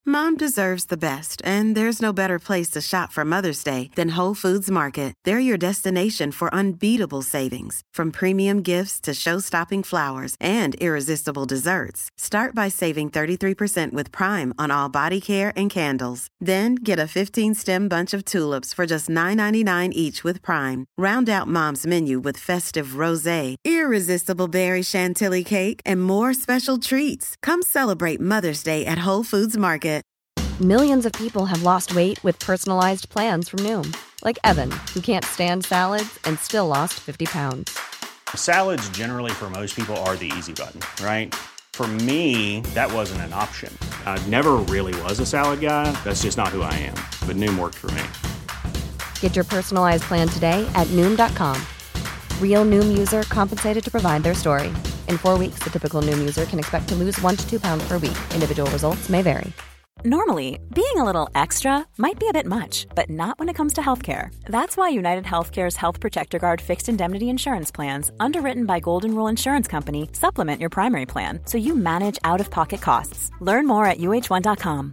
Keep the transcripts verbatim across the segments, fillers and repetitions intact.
Mom deserves the best, and there's no better place to shop for Mother's Day than Whole Foods Market. They're your destination for unbeatable savings, from premium gifts to show-stopping flowers and irresistible desserts. Start by saving thirty-three percent with Prime on all body care and candles. Then get a fifteen-stem bunch of tulips for just nine ninety-nine each with Prime. Round out Mom's menu with festive rosé, irresistible berry chantilly cake, and more special treats. Come celebrate Mother's Day at Whole Foods Market. Millions of people have lost weight with personalized plans from Noom. Like Evan, who can't stand salads and still lost fifty pounds. Salads generally for most people are the easy button, right? For me, that wasn't an option. I never really was a salad guy. That's just not who I am. But Noom worked for me. Get your personalized plan today at Noom dot com. Real Noom user compensated to provide their story. In four weeks, the typical Noom user can expect to lose one to two pounds per week. Individual results may vary. Normally, being a little extra might be a bit much, but not when it comes to healthcare. That's why United Healthcare's Health Protector Guard fixed indemnity insurance plans, underwritten by Golden Rule Insurance Company, supplement your primary plan so you manage out-of-pocket costs. Learn more at U H one dot com.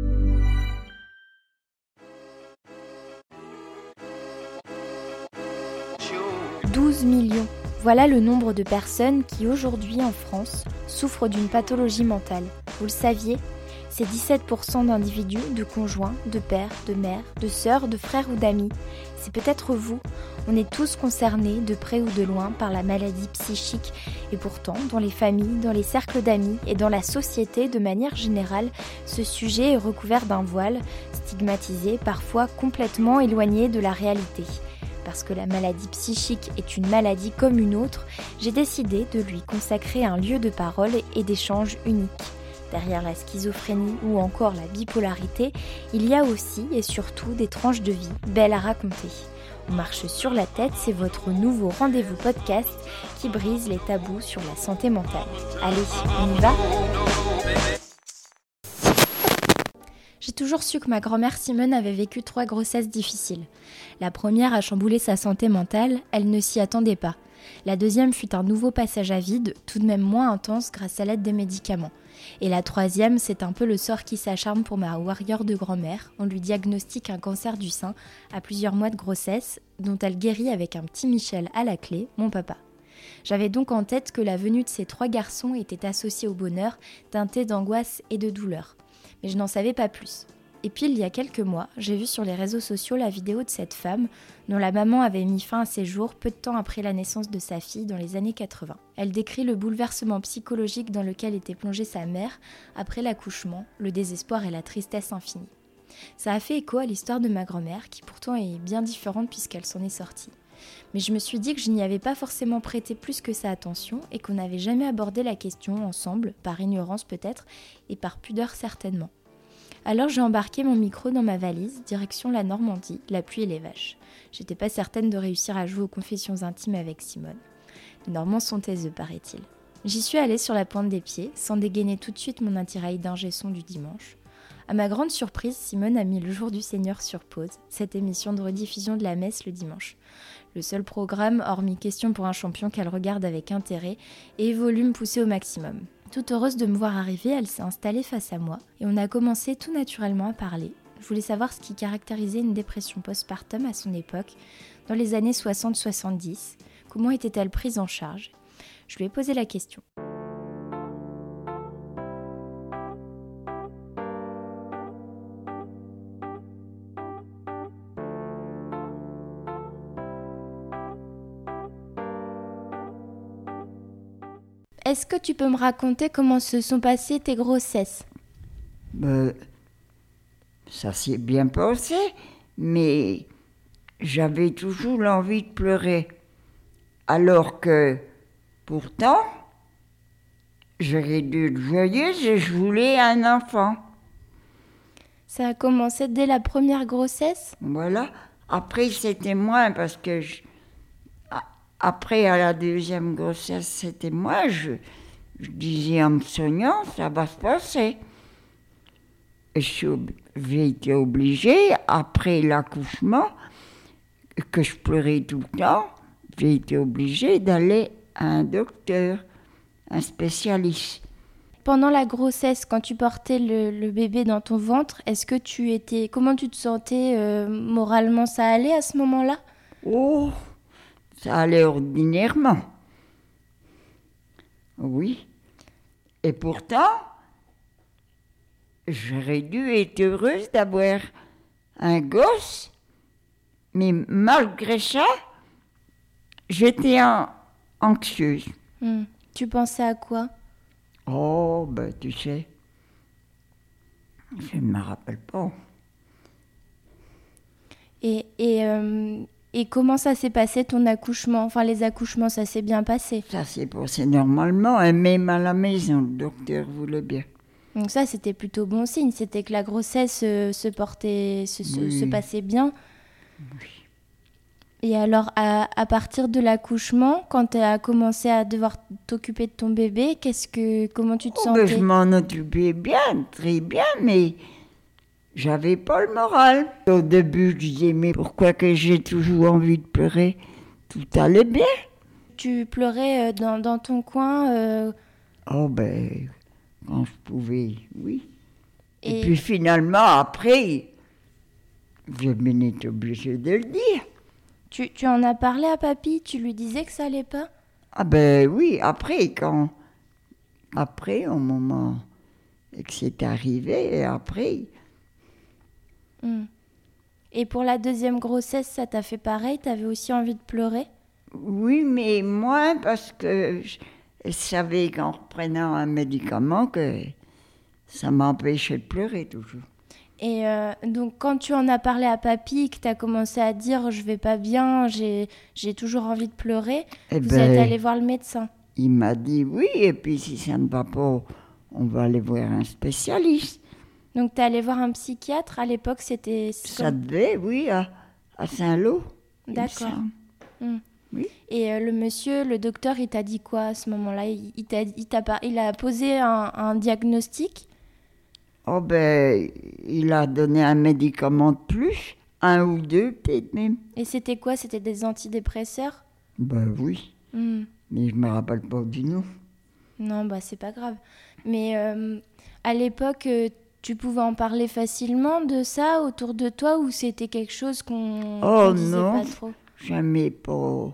douze millions. Voilà le nombre de personnes qui, aujourd'hui en France, souffrent d'une pathologie mentale. Vous le saviez ? C'est dix-sept pour cent d'individus, de conjoints, de pères, de mères, de sœurs, de frères ou d'amis. C'est peut-être vous. On est tous concernés, de près ou de loin, par la maladie psychique. Et pourtant, dans les familles, dans les cercles d'amis et dans la société de manière générale, ce sujet est recouvert d'un voile, stigmatisé, parfois complètement éloigné de la réalité. Parce que la maladie psychique est une maladie comme une autre, j'ai décidé de lui consacrer un lieu de parole et d'échange unique. Derrière la schizophrénie ou encore la bipolarité, il y a aussi et surtout des tranches de vie belles à raconter. On marche sur la tête, c'est votre nouveau rendez-vous podcast qui brise les tabous sur la santé mentale. Allez, on y va ? J'ai toujours su que ma grand-mère Simone avait vécu trois grossesses difficiles. La première a chamboulé sa santé mentale, elle ne s'y attendait pas. La deuxième fut un nouveau passage à vide, tout de même moins intense grâce à l'aide des médicaments. Et la troisième, c'est un peu le sort qui s'acharne pour ma warrior de grand-mère. On lui diagnostique un cancer du sein à plusieurs mois de grossesse, dont elle guérit avec un petit Michel à la clé, mon papa. J'avais donc en tête que la venue de ces trois garçons était associée au bonheur, teintée d'angoisse et de douleur. Mais je n'en savais pas plus. Et puis il y a quelques mois, j'ai vu sur les réseaux sociaux la vidéo de cette femme dont la maman avait mis fin à ses jours peu de temps après la naissance de sa fille dans les années quatre-vingts. Elle décrit le bouleversement psychologique dans lequel était plongée sa mère après l'accouchement, le désespoir et la tristesse infinie. Ça a fait écho à l'histoire de ma grand-mère qui pourtant est bien différente puisqu'elle s'en est sortie. Mais je me suis dit que je n'y avais pas forcément prêté plus que ça attention et qu'on n'avait jamais abordé la question ensemble, par ignorance peut-être et par pudeur certainement. Alors j'ai embarqué mon micro dans ma valise, direction la Normandie, la pluie et les vaches. J'étais pas certaine de réussir à jouer aux confessions intimes avec Simone. Les Normands sont taiseux, paraît-il. J'y suis allée sur la pointe des pieds, sans dégainer tout de suite mon attirail d'ingé son du dimanche. À ma grande surprise, Simone a mis Le Jour du Seigneur sur pause, cette émission de rediffusion de la messe le dimanche. Le seul programme, hormis Question pour un champion qu'elle regarde avec intérêt, et volume poussé au maximum. Toute heureuse de me voir arriver, elle s'est installée face à moi et on a commencé tout naturellement à parler. Je voulais savoir ce qui caractérisait une dépression postpartum à son époque, dans les années soixante soixante-dix. Comment était-elle prise en charge ? Je lui ai posé la question. Est-ce que tu peux me raconter comment se sont passées tes grossesses ? Ben, ça s'est bien passé, mais j'avais toujours l'envie de pleurer. Alors que, pourtant, j'aurais dû être joyeuse et je voulais un enfant. Ça a commencé dès la première grossesse ? Voilà. Après, c'était moins parce que... Je... Après, à la deuxième grossesse, c'était moi, je, je disais en me soignant, ça va se passer. Et j'ai été obligée, après l'accouchement, que je pleurais tout le temps, j'ai été obligée d'aller à un docteur, un spécialiste. Pendant la grossesse, quand tu portais le, le bébé dans ton ventre, est-ce que tu étais... Comment tu te sentais euh, moralement? Ça allait à ce moment-là? Oh, ça allait ordinairement. Oui. Et pourtant, j'aurais dû être heureuse d'avoir un gosse, mais malgré ça, j'étais en, anxieuse. Hmm. Tu pensais à quoi? Oh, ben tu sais, je ne me rappelle pas. Et, et, euh, et comment ça s'est passé ton accouchement? Enfin, les accouchements, ça s'est bien passé? Ça s'est passé normalement, et même à la maison, le docteur voulait bien. Donc ça, c'était plutôt bon signe. C'était que la grossesse euh, se portait, se, se, Oui. se passait bien. Oui. Et alors, à, à partir de l'accouchement, quand tu as commencé à devoir t'occuper de ton bébé, qu'est-ce que, comment tu te Oh, sentais? ben, je m'en occupais bien, très bien, mais j'avais pas le moral. Au début, je disais, mais pourquoi que j'ai toujours envie de pleurer? Tout allait bien. Tu pleurais euh, dans, dans ton coin euh, Oh ben, quand je pouvais, oui. Et, et puis finalement, après, je m'en étais obligée de le dire. tu, tu en as parlé à papy? Tu lui disais que ça allait pas? Ah ben oui, après, quand... Après, au moment que c'est arrivé, et après... Hmm. Et pour la deuxième grossesse, ça t'a fait pareil? T'avais aussi envie de pleurer? Oui, mais moins parce que je, je savais qu'en reprenant un médicament que ça m'empêchait de pleurer toujours. Et euh, donc, quand tu en as parlé à papy, que tu as commencé à dire « je vais pas bien, j'ai, j'ai toujours envie de pleurer Eh », vous ben, êtes allé voir le médecin? Il m'a dit oui, et puis si ça ne va pas, on va aller voir un spécialiste. Donc, tu es allé voir un psychiatre. À l'époque, c'était... Ça devait, oui, à, à Saint-Lô. il me D'accord. semble. Hmm. Oui. Et euh, le monsieur, le docteur, il t'a dit quoi à ce moment-là? il, il, t'a, il, t'a pas, il a posé un, un diagnostic? Oh ben, il a donné un médicament de plus, un ou deux peut-être même. Et c'était quoi? C'était des antidépresseurs? Ben oui, Hmm. mais je me rappelle pas du nom. Non, bah c'est pas grave. Mais euh, à l'époque, euh, tu pouvais en parler facilement de ça autour de toi ou c'était quelque chose qu'on Oh qu'on disait non, pas trop? jamais pas,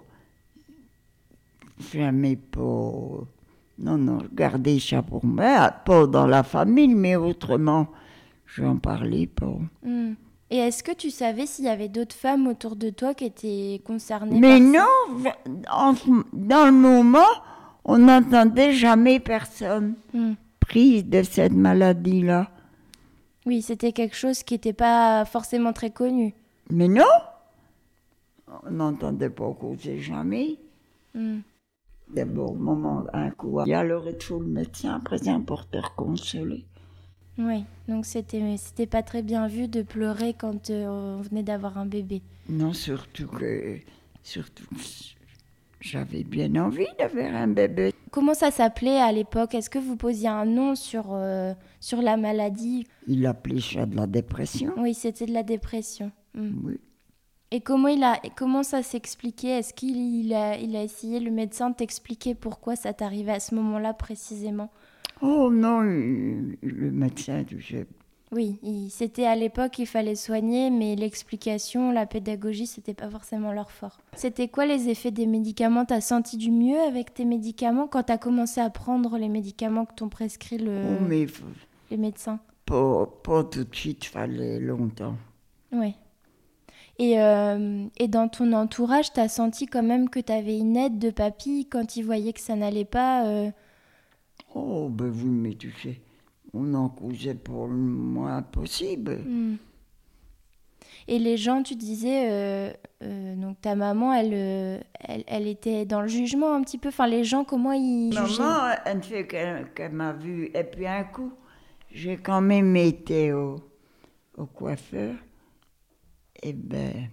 jamais pas. Non, non, je gardais ça pour moi, pas dans la famille, mais autrement, je n'en parlais pas. Hmm. Et est-ce que tu savais s'il y avait d'autres femmes autour de toi qui étaient concernées Mais par ça? non, en ce- dans le moment, on n'entendait jamais personne Hmm. prise de cette maladie-là. Oui, c'était quelque chose qui n'était pas forcément très connu. Mais non, on n'entendait pas causer jamais. Hmm. D'abord, au moment, un coup, il y a le retour le médecin, après un porteur consolé. Oui, donc c'était c'était pas très bien vu de pleurer quand euh, on venait d'avoir un bébé. Non, surtout que, surtout que j'avais bien envie d'avoir un bébé. Comment ça s'appelait à l'époque? Est-ce que vous posiez un nom sur, euh, sur la maladie? Il appelait ça de la dépression. Oui, c'était de la dépression. Hmm. Oui. Et comment, il a, comment ça s'expliquait? Est-ce qu'il il a, il a essayé, le médecin, de t'expliquer pourquoi ça t'arrivait à ce moment-là précisément? Oh non, il- le médecin, tu sais. Oui, il- c'était à l'époque, il fallait soigner, mais l'explication, la pédagogie, c'était pas forcément leur fort. C'était quoi les effets des médicaments? T'as senti du mieux avec tes médicaments quand t'as commencé à prendre les médicaments que t'ont prescrit le, Oh, mais f- les médecins? pas, pas tout de suite, fallait longtemps. Oui. Et, euh, et dans ton entourage, t'as senti quand même que t'avais une aide de papy quand il voyait que ça n'allait pas euh, Oh, ben oui, mais tu sais, on en causait pour le moins possible. hmm. Et les gens, tu disais, euh, euh, donc ta maman, elle, euh, elle, elle était dans le jugement un petit peu. Enfin, les gens, comment ils jugeaient? Maman, une fois qu'elle, qu'elle m'a vue, et puis un coup, j'ai quand même été au, au coiffeur. Et ben,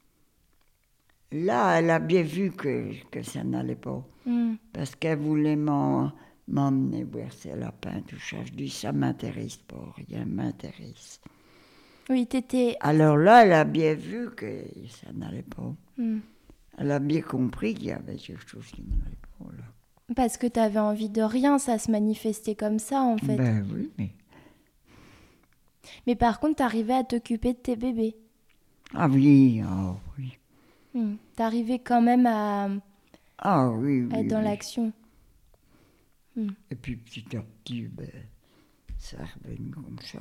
là, elle a bien vu que, que ça n'allait pas. Hmm. Parce qu'elle voulait m'en, m'emmener voir ses lapins, tout ça. Je dis, ça m'intéresse pas, rien m'intéresse. Oui, t'étais... Alors là, elle a bien vu que ça n'allait pas. Hmm. Elle a bien compris qu'il y avait quelque chose qui n'allait pas là. Parce que t'avais envie de rien, ça se manifestait comme ça en fait. Ben oui, mais... Mais par contre, t'arrivais à t'occuper de tes bébés. Ah oui, ah oui. Hmm. T'arrivais quand même à, Ah oui, à oui, être dans oui. l'action. Hmm. Et puis petit à petit, ben, ça est revenu comme ça.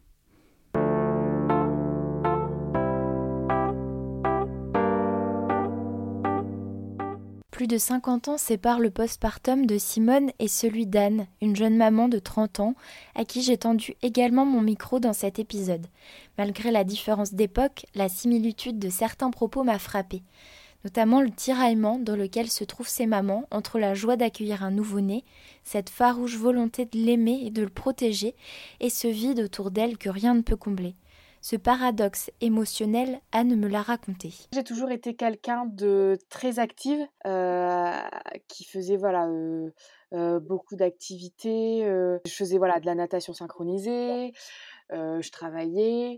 Plus de cinquante ans séparent le postpartum de Simone et celui d'Anne, une jeune maman de trente ans, à qui j'ai tendu également mon micro dans cet épisode. Malgré la différence d'époque, la similitude de certains propos m'a frappée, notamment le tiraillement dans lequel se trouvent ces mamans entre la joie d'accueillir un nouveau-né, cette farouche volonté de l'aimer et de le protéger, et ce vide autour d'elle que rien ne peut combler. Ce paradoxe émotionnel, Anne me l'a raconté. J'ai toujours été quelqu'un de très active, euh, qui faisait voilà euh, euh, beaucoup d'activités. Euh, je faisais voilà de la natation synchronisée, euh, je travaillais,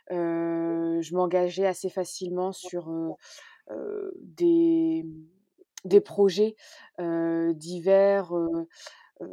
euh, je m'engageais assez facilement sur euh, euh, des des projets euh, divers. Euh, euh,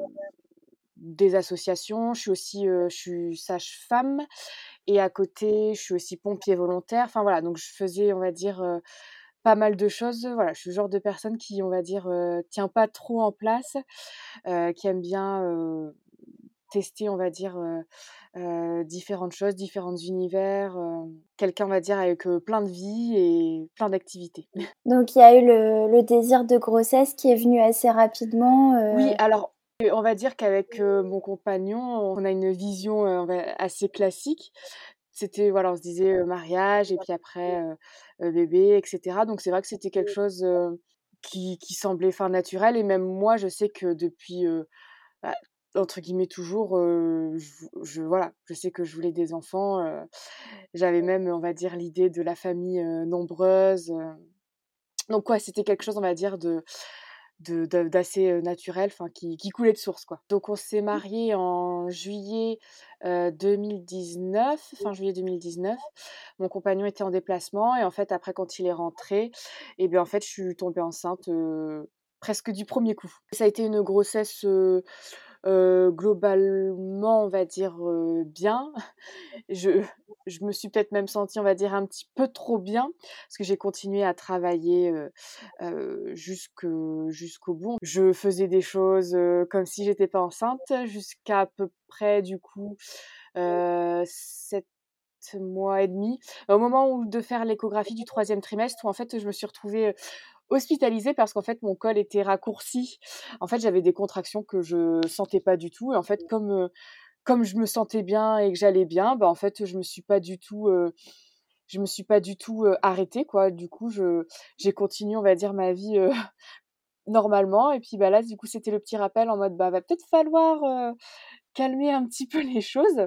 des associations, je suis aussi euh, je suis sage-femme et à côté, je suis aussi pompier volontaire. Enfin voilà, donc je faisais, on va dire, euh, pas mal de choses. Voilà, je suis le genre de personne qui, on va dire, euh, tient pas trop en place, euh, qui aime bien euh, tester, on va dire, euh, euh, différentes choses, différents univers. Euh, quelqu'un, on va dire, avec euh, plein de vie et plein d'activités. Donc il y a eu le, le désir de grossesse qui est venu assez rapidement. euh, Oui, alors, euh, on va dire qu'avec euh, mon compagnon, on a une vision euh, on va- assez classique. C'était, voilà, on se disait euh, mariage et puis après euh, euh, bébé, et cetera. Donc c'est vrai que c'était quelque chose euh, qui, qui semblait enfin naturel. Et même moi, je sais que depuis, euh, bah, entre guillemets, toujours, euh, je, je- voilà, je sais que je voulais des enfants. Euh, j'avais même, on va dire, l'idée de la famille euh, nombreuse. euh. Donc ouais, c'était quelque chose, on va dire, de de de d'assez, heu, naturel, enfin qui qui coulait de source, quoi. Donc on s'est mariés en juillet, heu, deux mille dix-neuf, fin juillet deux mille dix-neuf. Mon compagnon était en déplacement et en fait après quand il est rentré et bien en fait je suis tombée enceinte, heu, presque du premier coup. Ça a été une grossesse, heu heu, globalement on va dire, heu, bien. Je je me suis peut-être même sentie, on va dire, un petit peu trop bien, parce que j'ai continué à travailler, heu heu, jusque jusqu'au bout. Je faisais des choses, heu, comme si j'étais pas enceinte, jusqu'à à peu près, du coup, heu, sept mois et demi. Au moment où de faire l'échographie du troisième trimestre où, en fait, je me suis retrouvée, heu, hospitalisée parce qu'en fait, mon col était raccourci. En fait, j'avais des contractions que je sentais pas du tout et en fait, comme, heu comme je me sentais bien et que j'allais bien, bah, en fait, je me suis pas du tout, heu, je me suis pas du tout, heu, arrêtée, quoi. Du coup, je j'ai continué, on va dire, ma vie, heu, normalement et puis, bah, là, du coup, c'était le petit rappel en mode, bah, va peut-être falloir, heu, calmer un petit peu les choses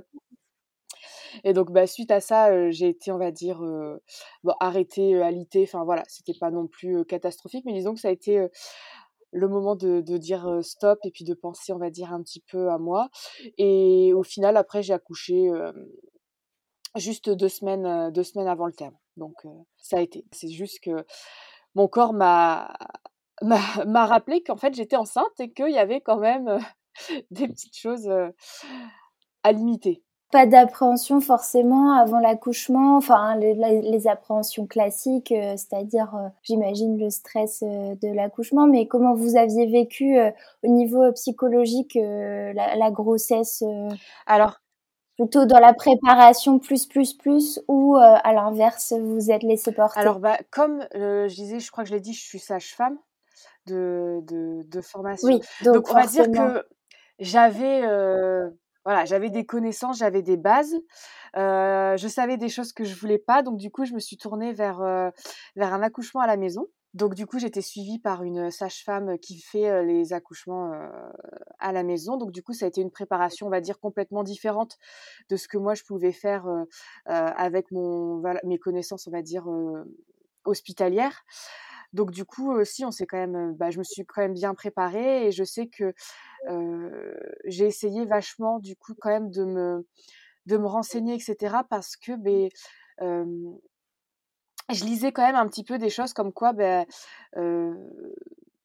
et donc, bah, suite à ça, heu, j'ai été, on va dire, heu, bon, arrêtée, heu, alitée, enfin, voilà, c'était pas non plus, heu, catastrophique, mais disons que ça a été, heu, le moment de de dire, heu, stop et puis de penser, on va dire, un petit peu à moi et au final, après, j'ai accouché, hem juste deux semaines, heu, deux semaines avant le terme, donc heu, ça a été. C'est juste que mon corps m'a m'a m'a rappelé qu'en fait j'étais enceinte et qu'il y avait quand même, heu, des petites choses, heu, à limiter. Pas d'appréhension forcément avant l'accouchement, enfin les, les- les appréhensions classiques, euh, c'est-à-dire, euh, j'imagine, le stress euh, de l'accouchement, mais comment vous aviez vécu euh, au niveau euh, psychologique euh, la, la grossesse, euh, Alors plutôt dans la préparation plus plus plus ou euh, à l'inverse vous êtes laissé porter? alors, bah, comme, heu, je disais, je crois que je l'ai dit, je suis sage-femme de de de formation. Oui, donc Donc on va dire forcément. que j'avais, heu, voilà, j'avais des connaissances, j'avais des bases. Heu, je savais des choses que je voulais pas, donc du coup, je me suis tournée vers, heu, vers un accouchement à la maison. Donc du coup, j'étais suivie par une sage-femme qui fait, heu, les accouchements, heu, à la maison. Donc du coup, ça a été une préparation, on va dire, complètement différente de ce que moi je pouvais faire, heu heu, avec mon voilà, mes connaissances, on va dire, heu, hospitalières. Donc du coup aussi, on s'est quand même, heu, bah, je me suis quand même bien préparée et je sais que, heu, j'ai essayé vachement du coup quand même de me de me renseigner et cetera parce que, beh, hem, je lisais quand même un petit peu des choses comme quoi, bah, heu,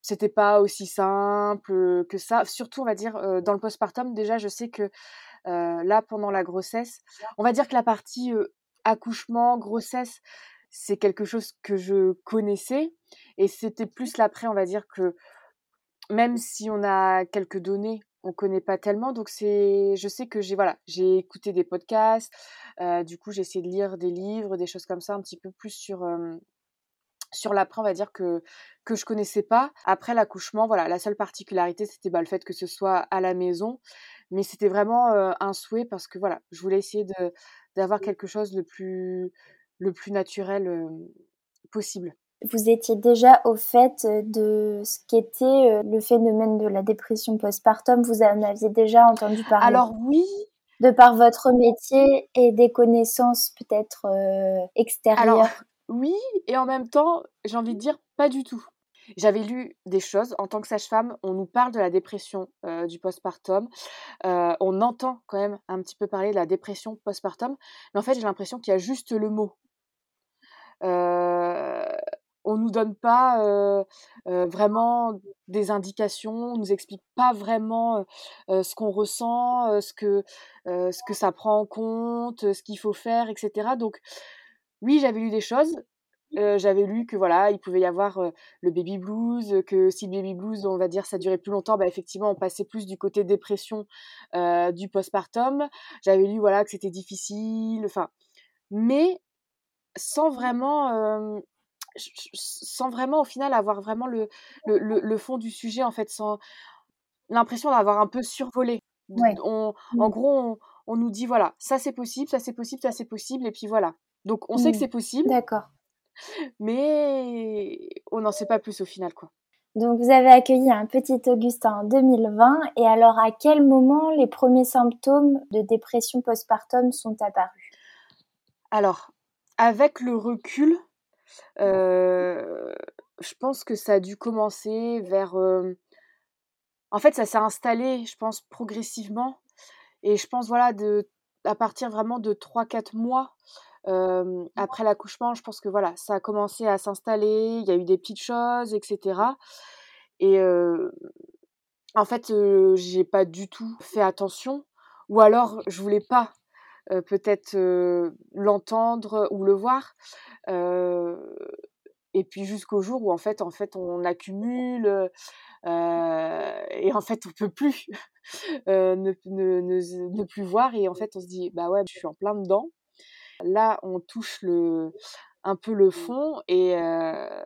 c'était pas aussi simple que ça. Surtout, on va dire, euh, dans le postpartum, déjà, je sais que euh, là, pendant la grossesse, on va dire que la partie euh, accouchement, grossesse, c'est quelque chose que je connaissais. Et c'était plus l'après, on va dire que même si on a quelques données, on connaît pas tellement. Donc c'est, je sais que j'ai voilà, j'ai écouté des podcasts. Euh, du coup, j'ai essayé de lire des livres, des choses comme ça, un petit peu plus sur euh, sur l'après, on va dire que que je connaissais pas. Après l'accouchement, voilà, la seule particularité, c'était bah, le fait que ce soit à la maison, mais c'était vraiment euh, un souhait parce que voilà, je voulais essayer de d'avoir quelque chose le plus le plus naturel euh, possible. Vous étiez déjà au fait de ce qu'était euh, le phénomène de la dépression postpartum, vous en aviez déjà entendu parler? Alors oui, De par votre métier et des connaissances peut-être euh, alors extérieures? oui, et en même temps, j'ai envie de dire pas du tout. J'avais lu des choses. En tant que sage-femme, on nous parle de la dépression euh, du postpartum. Euh, on entend quand même un petit peu parler de la dépression postpartum. Mais en fait, j'ai l'impression qu'il y a juste le mot. Euh, on nous donne pas euh, euh, vraiment des indications, on nous explique pas vraiment euh, ce qu'on ressent, euh, ce que euh, ce que ça prend en compte, euh, ce qu'il faut faire, et cetera. Donc oui, j'avais lu des choses. Euh, j'avais lu que voilà, il pouvait y avoir euh, le baby blues, euh, que si le baby blues, on va dire, ça durait plus longtemps, bah effectivement, on passait plus du côté dépression euh, du postpartum. J'avais lu voilà que c'était difficile, enfin, mais sans vraiment, euh, ch- ch- sans vraiment au final avoir vraiment le, le, le, le fond du sujet en fait, sans l'impression d'avoir un peu survolé. D- Ouais. On, en Mmh. gros, on, on nous dit voilà, ça c'est possible, ça c'est possible, ça c'est possible, et puis voilà. Donc on sait que Mmh. c'est possible, D'accord. mais on n'en sait pas plus au final, quoi. Donc vous avez accueilli un petit Augustin en deux mille vingt et alors à quel moment les premiers symptômes de dépression postpartum sont apparus? Alors, avec le recul, euh, je pense que ça a dû commencer vers... euh, En fait, ça s'est installé, je pense, progressivement. Et je pense, voilà, de, à partir vraiment de trois quatre mois euh, après l'accouchement, je pense que voilà, ça a commencé à s'installer, il y a eu des petites choses, et cetera. Et euh, en fait, euh, j'ai pas du tout fait attention, ou alors je voulais pas euh, peut-être euh, l'entendre ou le voir. Euh, et puis jusqu'au jour où en fait, en fait, on accumule euh, et en fait, on peut plus euh, ne, ne, ne, ne plus voir et en fait, on se dit bah ouais, je suis en plein dedans. Là, on touche le un peu le fond et euh,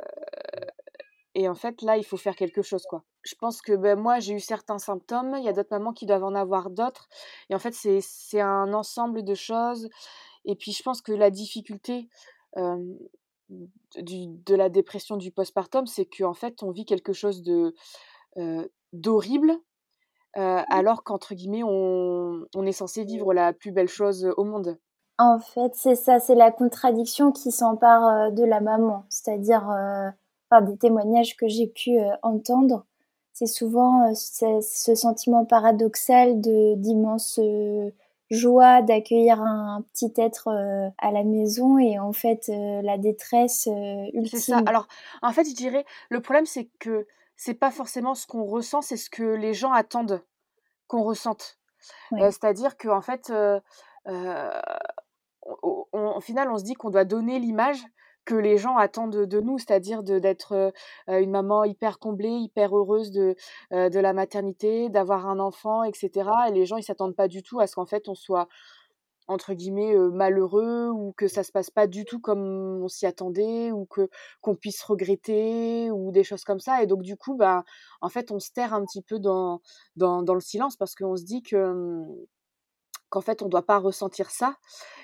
et en fait, là, il faut faire quelque chose, quoi. Je pense que ben, moi, j'ai eu certains symptômes, il y a d'autres mamans qui doivent en avoir d'autres. Et en fait, c'est, c'est un ensemble de choses. Et puis, je pense que la difficulté euh, du, de la dépression du postpartum, c'est qu'en fait, on vit quelque chose de, euh, d'horrible, euh, alors qu'entre guillemets, on, on est censé vivre la plus belle chose au monde. En fait, c'est ça, c'est la contradiction qui s'empare euh, de la maman, c'est-à-dire euh, par des témoignages que j'ai pu euh, entendre, c'est souvent euh, ce, ce sentiment paradoxal de d'immense euh, joie d'accueillir un, un petit être euh, à la maison et en fait euh, la détresse euh, C'est ça. ultime. Alors, en fait, je dirais, le problème, c'est que c'est pas forcément ce qu'on ressent, c'est ce que les gens attendent qu'on ressente. Euh, Ouais. c'est-à-dire qu'en fait, euh, euh, on, on, au final, on se dit qu'on doit donner l'image que les gens attendent de, de nous, c'est-à-dire de, d'être euh, une maman hyper comblée, hyper heureuse de, euh, de la maternité, d'avoir un enfant, et cetera. Et les gens, ils s'attendent pas du tout à ce qu'en fait, on soit entre guillemets euh, malheureux ou que ça se passe pas du tout comme on s'y attendait ou que qu'on puisse regretter ou des choses comme ça et donc du coup bah en fait on se terre un petit peu dans dans, dans le silence parce qu'on se dit que qu'en fait on doit pas ressentir ça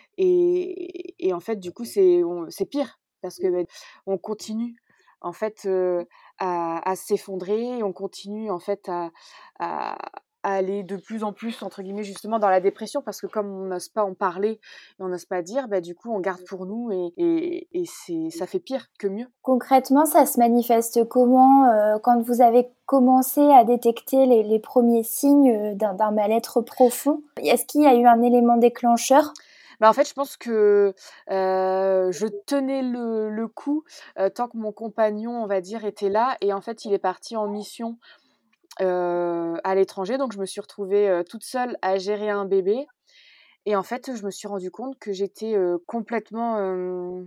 et, et en fait du coup c'est on, c'est pire parce que bah, on continue en fait euh, à, à s'effondrer on continue en fait à, à à aller de plus en plus entre guillemets justement dans la dépression parce que comme on n'ose pas en parler et on n'ose pas dire bah du coup on garde pour nous et, et, et c'est ça fait pire que mieux. Concrètement, ça se manifeste comment euh, quand vous avez commencé à détecter les, les premiers signes euh, d'un, d'un mal-être profond? Est-ce qu'il y a eu un élément déclencheur? Bah, en fait, je pense que, heu, je tenais le le coup, heu, tant que mon compagnon, on va dire, était là et en fait, il est parti en mission, heu, à l'étranger donc je me suis retrouvée, heu, toute seule à gérer un bébé et en fait, je me suis rendu compte que j'étais, heu, complètement, hem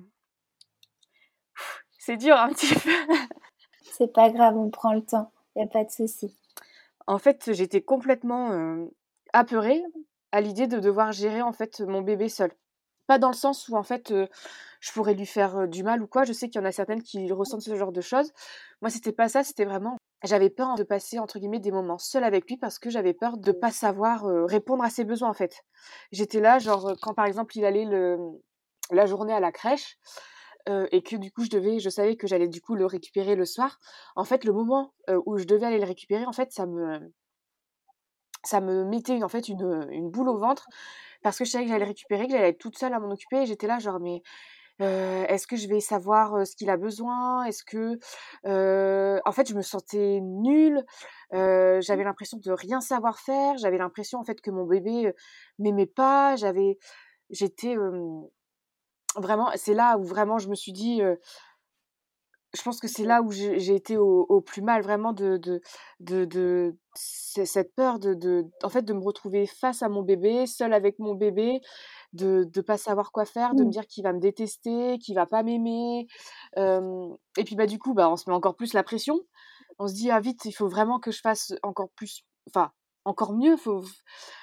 c'est dur un petit peu. C'est pas grave, on prend le temps, il y a pas de souci. En fait, j'étais complètement, heu, apeurée à l'idée de devoir gérer, en fait, mon bébé seule. Pas dans le sens où, en fait, heu, je pourrais lui faire, heu, du mal ou quoi. Je sais qu'il y en a certaines qui ressentent ce genre de choses. Moi, c'était pas ça, c'était vraiment j'avais peur de passer, entre guillemets, «des moments seuls» avec lui parce que j'avais peur de pas savoir, heu, répondre à ses besoins, en fait. J'étais là, genre, heu, quand, par exemple, il allait le la journée à la crèche, heu et que, du coup, je devais je savais que j'allais, du coup, le récupérer le soir. En fait, le moment, heu, où je devais aller le récupérer, en fait, ça me ça me mettait une en fait, une, une boule au ventre parce que je savais que j'allais le récupérer, que j'allais être toute seule à m'en occuper et j'étais là genre: «Mais, heu, est-ce que je vais savoir, heu, ce qu'il a besoin? Est-ce que» heu, en fait, je me sentais nulle, heu, j'avais l'impression de rien savoir faire, j'avais l'impression, en fait, que mon bébé, heu, m'aimait pas, j'avais j'étais, hem, vraiment c'est là où vraiment je me suis dit, heu je pense que c'est là où j'ai j'ai été au au plus mal vraiment de de de de c cette peur de de en fait, de me retrouver face à mon bébé, seule avec mon bébé, de de pas savoir quoi faire, de me Mmh. dire qu'il va me détester, qu'il va pas m'aimer, hem et puis, bah, du coup, bah, on se met encore plus la pression. On se dit: «Ah vite, il faut vraiment que je fasse encore plus, enfin, encore mieux, faut f»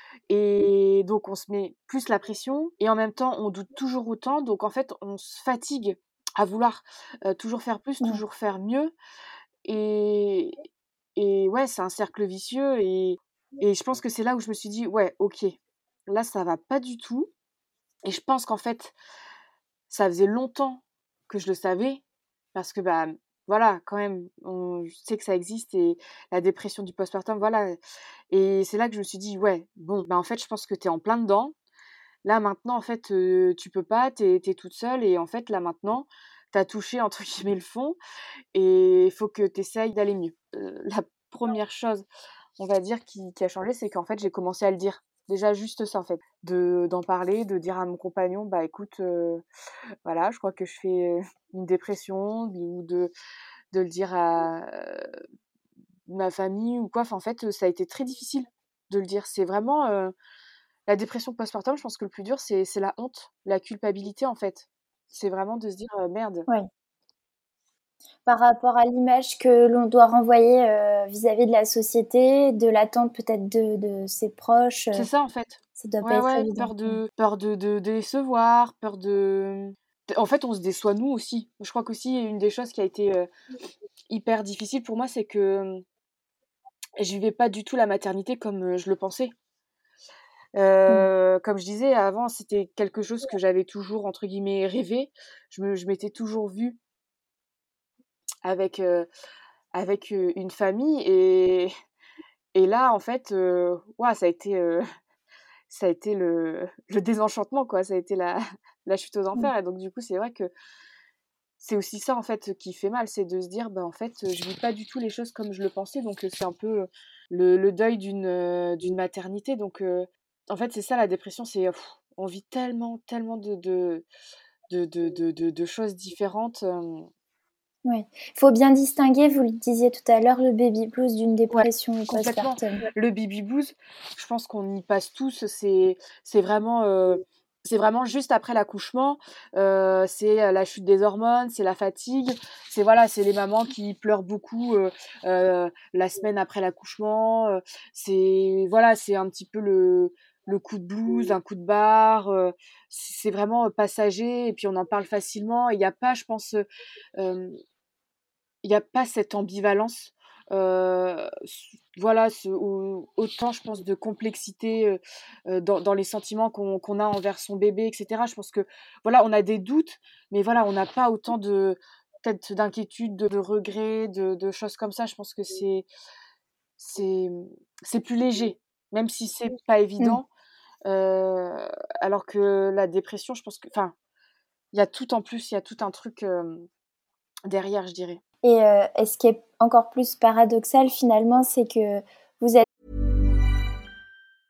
et donc on se met plus la pression et en même temps, on doute toujours autant donc en fait, on se fatigue à vouloir, heu, toujours faire plus, Ouais. toujours faire mieux et et ouais, c'est un cercle vicieux et et je pense que c'est là où je me suis dit: «Ouais, OK, là, ça va pas du tout» et je pense qu'en fait, ça faisait longtemps que je le savais parce que, bah, voilà, quand même, on je sais que ça existe et la dépression du postpartum, voilà et c'est là que je me suis dit: «Ouais, bon, bah, en fait, je pense que tu es en plein dedans. Là, maintenant, en fait, heu, tu peux pas, tu es tu es toute seule et en fait, là, maintenant, tu as touché, entre guillemets, «le fond» et il faut que tu essayes d'aller mieux». Heu, la première chose, on va dire, qui qui a changé, c'est qu'en fait, j'ai commencé à le dire. Déjà juste ça, en fait, de d'en parler, de dire à mon compagnon: «Bah, écoute, heu, voilà, je crois que je fais, heu, une dépression» ou de de le dire à, heu, ma famille ou quoi. Enfin, en fait, heu, ça a été très difficile de le dire. C'est vraiment, heu, la dépression postpartum, je pense que le plus dur, c'est c'est la honte, la culpabilité, en fait. C'est vraiment de se dire, heu: «Merde». Ouais. Par rapport à l'image que l'on doit renvoyer, heu, vis-à-vis de la société, de l'attente peut-être de de ses proches, C'est heu, ça, en fait. ça doit pas Ouais, être ouais, évident. peur Mmh. de peur de de décevoir, peur de d en fait, on se déçoit nous aussi. Je crois qu'aussi une des choses qui a été, heu, hyper difficile pour moi, c'est que, mmh, je vivais pas du tout la maternité comme, heu, je le pensais. Mmh. Heu, comme je disais avant, c'était quelque chose que j'avais toujours entre guillemets «rêvé». Je me je m'étais toujours vue avec, heu, avec, heu, une famille et et là, en fait, heu, waouh, ça a été, heu, ça a été le le désenchantement, quoi. Ça a été la la chute aux Mmh. enfers et donc du coup, c'est vrai que c'est aussi ça, en fait, qui fait mal, c'est de se dire: «Bah, en fait, heu, je vis pas du tout les choses comme je le pensais», donc heu, c'est un peu, heu, le le deuil d'une, heu, d'une maternité, donc heu, en fait, c'est ça la dépression, c'est, heu, on vit tellement, tellement de de de de de de de choses différentes, hem Ouais. Il faut bien distinguer, vous le disiez tout à l'heure, le baby blues d'une Ouais, dépression complètement. postpartum. Le baby blues, je pense qu'on y passe tous, c'est c'est vraiment, heu, c'est vraiment juste après l'accouchement, heu, c'est, heu, la chute des hormones, c'est la fatigue, c'est voilà, c'est les mamans qui pleurent beaucoup, heu heu, la semaine après l'accouchement, heu, c'est voilà, c'est un petit peu le le coup de blues, un coup de barre, heu, c c'est vraiment, heu, passager et puis on en parle facilement. Il y a pas, je pense, heu, hem il y a pas cette ambivalence, heu, s voilà, ce au autant je pense de complexité, heu heu, dans dans les sentiments qu'on qu'on a envers son bébé et cetera. Je pense que, voilà, on a des doutes, mais voilà, on n'a pas autant de peut-être d'inquiétudes, de de regrets, de de choses comme ça. Je pense que c'est c'est, mmh, c'est plus léger, même si c'est pas Mmh. évident, heu, alors que la dépression, je pense que enfin, il y a tout en plus, il y a tout un truc, hem, derrière, je dirais. Et heu, et ce qui est encore plus paradoxal finalement, c'est que vous êtes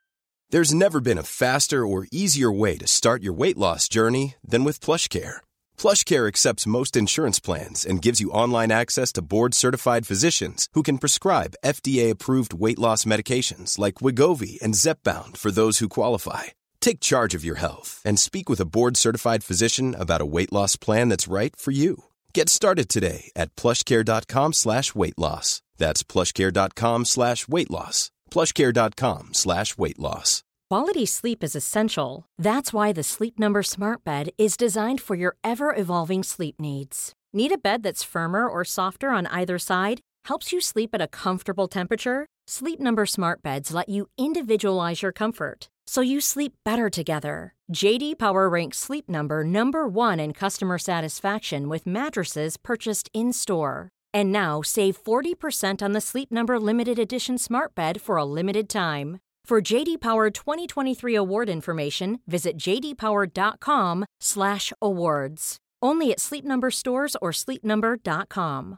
There's never been a faster or easier way to start your weight loss journey than with PlushCare. PlushCare accepts most insurance plans and gives you online access to board-certified physicians who can prescribe F D A-approved weight loss medications like Wegovy and Zepbound for those who qualify. Take charge of your health and speak with a board-certified physician about a weight loss plan that's right for you. Get started today at plushcare.com slash weight loss. That's plushcare.com slash weight loss. plushcare.com slash weight loss. Quality sleep is essential. That's why the Sleep Number Smart Bed is designed for your ever-evolving sleep needs. Need a bed that's firmer or softer on either side? Helps you sleep at a comfortable temperature? Sleep Number Smart Beds let you individualize your comfort, so you sleep better together. J D Power ranks Sleep Number number one in customer satisfaction with mattresses purchased in-store. And now, save forty percent on the Sleep Number Limited Edition Smart Bed for a limited time. For J D Power twenty twenty-three award information, visit jdpower.com slash awards. Only at Sleep Number stores or sleep number dot com.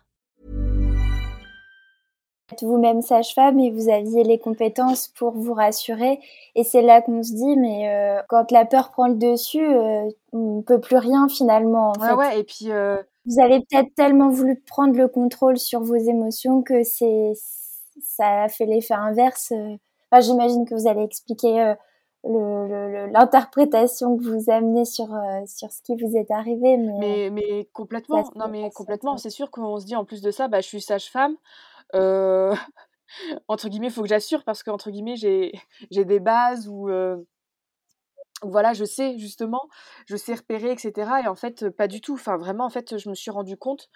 Vous-même sage-femme et vous aviez les compétences pour vous rassurer. Et c'est là qu'on se dit, mais euh, quand la peur prend le dessus, euh, on ne peut plus rien finalement. En ouais, fait. ouais, et puis... Euh... Vous avez peut-être tellement voulu prendre le contrôle sur vos émotions que c'est, ça a fait l'effet inverse. Enfin, j'imagine que vous allez expliquer euh, le, le, l'interprétation que vous amenez sur, euh, sur ce qui vous est arrivé. Mais, mais, mais complètement, non mais complètement. C'est sûr qu'on se dit en plus de ça, bah, je suis sage-femme. Euh, entre guillemets, il faut que j'assure parce que entre guillemets, j'ai, j'ai des bases où, euh, où voilà, je sais justement, je sais repérer, et cetera. Et en fait, pas du tout. Enfin, vraiment, en fait, je me suis rendu compte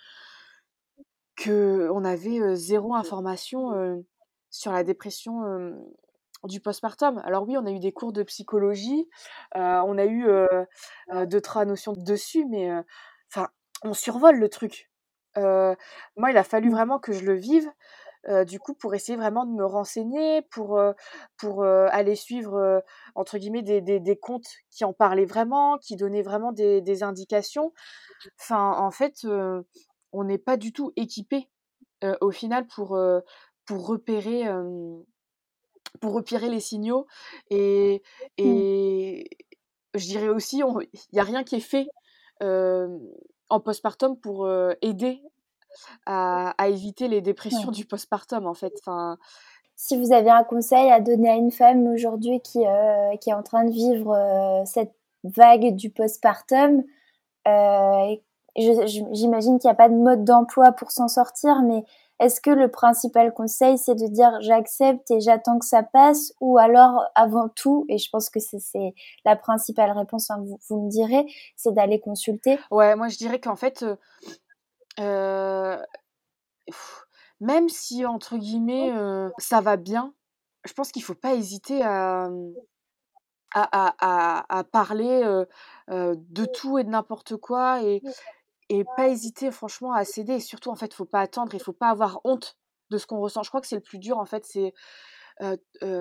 que on avait euh, zéro information euh, sur la dépression euh, du postpartum. Alors oui, on a eu des cours de psychologie, euh, on a eu euh, euh, deux trois notions dessus, mais enfin, euh, on survole le truc. Euh, moi, il a fallu vraiment que je le vive, euh, du coup, pour essayer vraiment de me renseigner, pour, euh, pour euh, aller suivre, euh, entre guillemets, des, des, des comptes qui en parlaient vraiment, qui donnaient vraiment des, des indications. Enfin, en fait, euh, on n'est pas du tout équipé, euh, au final, pour, euh, pour repérer... Euh, pour repérer les signaux. Et, et mmh. je dirais aussi, il n'y a rien qui est fait euh, en postpartum pour euh, aider à, à éviter les dépressions ouais. du postpartum, en fait. Enfin, si vous avez un conseil à donner à une femme aujourd'hui qui, euh, qui est en train de vivre euh, cette vague du postpartum, euh, je, je, j'imagine qu'il n'y a pas de mode d'emploi pour s'en sortir, mais est-ce que le principal conseil, c'est de dire j'accepte et j'attends que ça passe, ou alors avant tout, et je pense que c'est, c'est la principale réponse, hein, vous, vous me direz, c'est d'aller consulter? Ouais, moi je dirais qu'en fait, euh, euh, même si entre guillemets euh, ça va bien, je pense qu'il ne faut pas hésiter à, à, à, à, à parler euh, euh, de tout et de n'importe quoi, et Et pas hésiter franchement à céder. Et surtout, en fait, il ne faut pas attendre, il ne faut pas avoir honte de ce qu'on ressent. Je crois que c'est le plus dur, en fait, c'est euh, euh,